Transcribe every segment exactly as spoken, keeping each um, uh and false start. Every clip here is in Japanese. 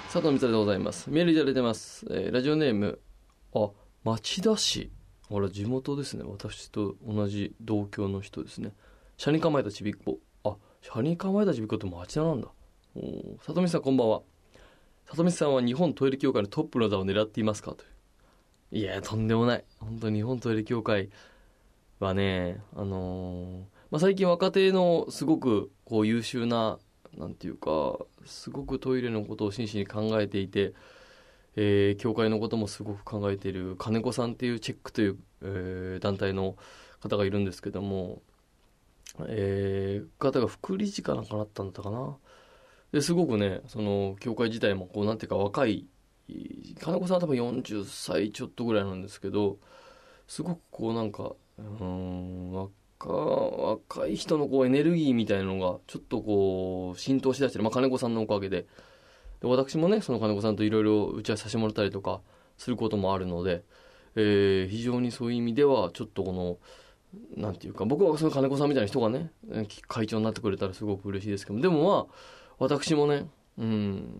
佐藤光でございます。メールいただいてます、えー、ラジオネーム、あ、町田市、あら地元ですね。私と同じ同郷の人ですね。車に構えたちびっこ、あ、車に構えたちびっこって町田なんだ。お佐藤光さんこんばんは。佐藤光さんは日本トイレ協会のトップの座を狙っていますかという。いやとんでもない。本当に日本トイレ協会はね、あのーまあ、最近若手のすごくこう優秀な、なんていうかすごくトイレのことを真摯に考えていて、えー、協会のこともすごく考えている金子さんっていうチェックという、えー、団体の方がいるんですけども、えー、方が副理事かなんかなったんだったかな。ですごくね、その協会自体もこうなんていうか若い、金子さんは多分よんじゅっさいちょっとぐらいなんですけど、すごくこうなんかうーん若若い人のこうエネルギーみたいなのがちょっとこう浸透しだしてる、まあ、金子さんのおかげで、で私もねその金子さんといろいろ打ち合わせさせてもらったりとかすることもあるので、えー、非常にそういう意味ではちょっとこのなんていうか、僕はその金子さんみたいな人がね会長になってくれたらすごく嬉しいですけど、でもまあ私もね、うん、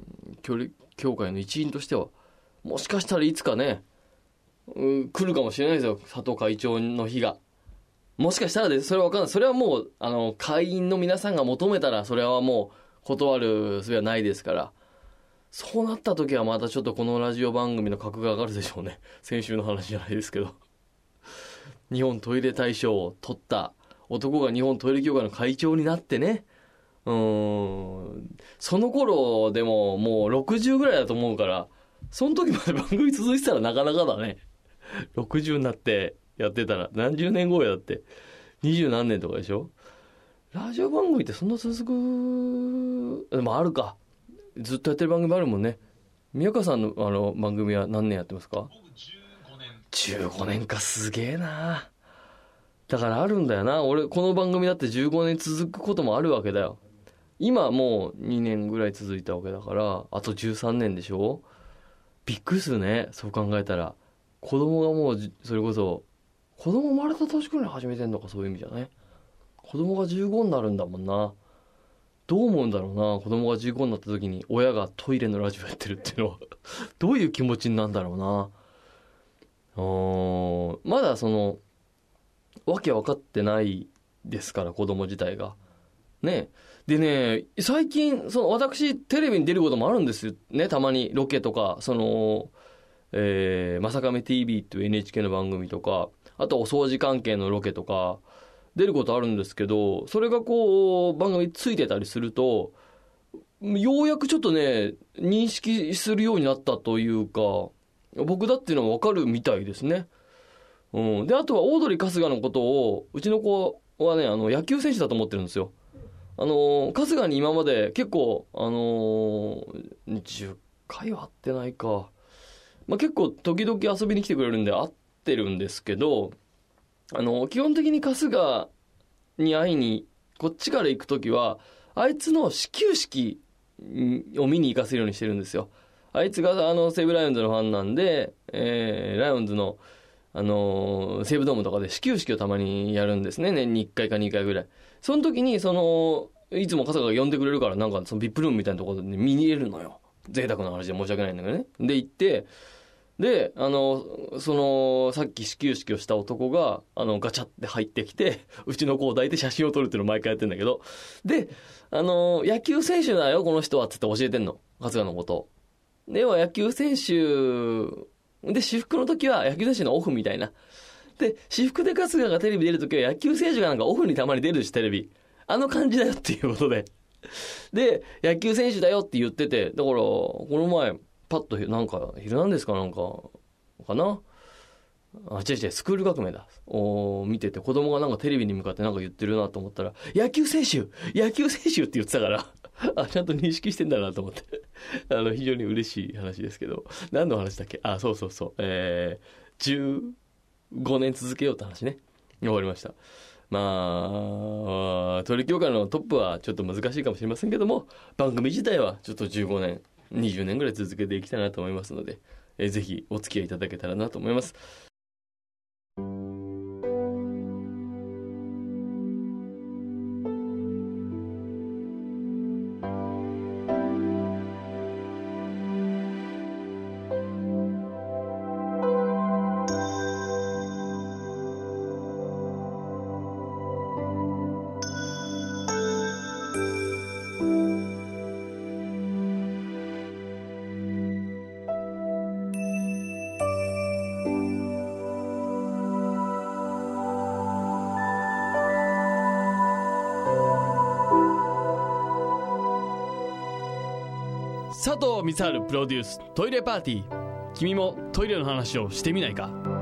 協会の一員としてはもしかしたらいつかね、うん、来るかもしれないですよ、佐藤会長の日が。もしかしたらです。それは分かんない。それはもうあの会員の皆さんが求めたらそれはもう断る術はないですから、そうなった時はまたちょっとこのラジオ番組の格が上がるでしょうね。先週の話じゃないですけど日本トイレ大賞を取った男が日本トイレ協会の会長になってね、うーんその頃でももうろくじゅうぐらいだと思うから、その時まで番組続いてたらなかなかだね。ろくじゅうになってやってたら何十年後や、だって二十何年とかでしょ。ラジオ番組ってそんな続く、でもあるか、ずっとやってる番組あるもんね。宮川さんのあの番組は何年やってますか？ 僕じゅうごねん。 じゅうごねんか、すげえな。だからあるんだよな。俺この番組だってじゅうごねん続くこともあるわけだよ。今もうにねんぐらい続いたわけだから、あとじゅうさんねんでしょ。びっくりするね、そう考えたら。子供がもうそれこそ子供生まれた年くらいに始めてんのか、そういう意味じゃね。子供がじゅうごになるんだもんな。どう思うんだろうな、子供がじゅうごになった時に親がトイレのラジオやってるっていうのはどういう気持ちになるんだろうな。うーんまだそのわけ分かってないですから、子供自体がね。でね、最近その私テレビに出ることもあるんですよね、たまにロケとか、そのえー、まさかめ ティーブイ っていう エヌエイチケー の番組とか、あとお掃除関係のロケとか出ることあるんですけど、それがこう番組ついてたりすると、ようやくちょっとね認識するようになったというか、僕だっていうのは分かるみたいですね。うん、であとはオードリー春日のことをうちの子はね、あの野球選手だと思ってるんですよ。あの春日に今まで結構あのじゅっかいは会ってないか、まあ、結構時々遊びに来てくれるんで会ってるんですけど、あの基本的に春日に会いにこっちから行くときはあいつの始球式を見に行かせるようにしてるんですよ。あいつがあの西武ライオンズのファンなんで、えー、ライオンズの、あのー、西武ドームとかで始球式をたまにやるんですね、年にいっかいかにかいぐらい。その時にそのいつも春日が呼んでくれるから、なんかそのビップルームみたいなところで見に入れるのよ。贅沢な話で申し訳ないんだけどね。で行って、であのそのさっき始球式をした男があのガチャって入ってきて、うちの子を抱いて写真を撮るっていうのを毎回やってんだけど、であの野球選手だよこの人はっつって教えてんの、春日のことを。では野球選手で、私服の時は野球選手のオフみたいな。で私服で春日がテレビ出る時は野球選手がなんかオフにたまに出るしテレビ、あの感じだよっていうことで、で野球選手だよって言ってて、だからこの前パッとなんかヒルナンデスかなんかかな、あ違う違うスクール革命だを見てて、子供がなんかテレビに向かってなんか言ってるなと思ったら、野球選手野球選手って言ってたからあちゃんと認識してんだなと思ってあの非常に嬉しい話ですけど、何の話だっけ。あそうそうそう、えー、じゅうごねん続けようって話ね。終わりました。まあトイレ協会のトップはちょっと難しいかもしれませんけども、番組自体はちょっとじゅうごねんにじゅうねんぐらい続けていきたいなと思いますので、えー、ぜひお付き合いいただけたらなと思います。 佐藤光晴プロデューストイレパーティー。君もトイレの話をしてみないか。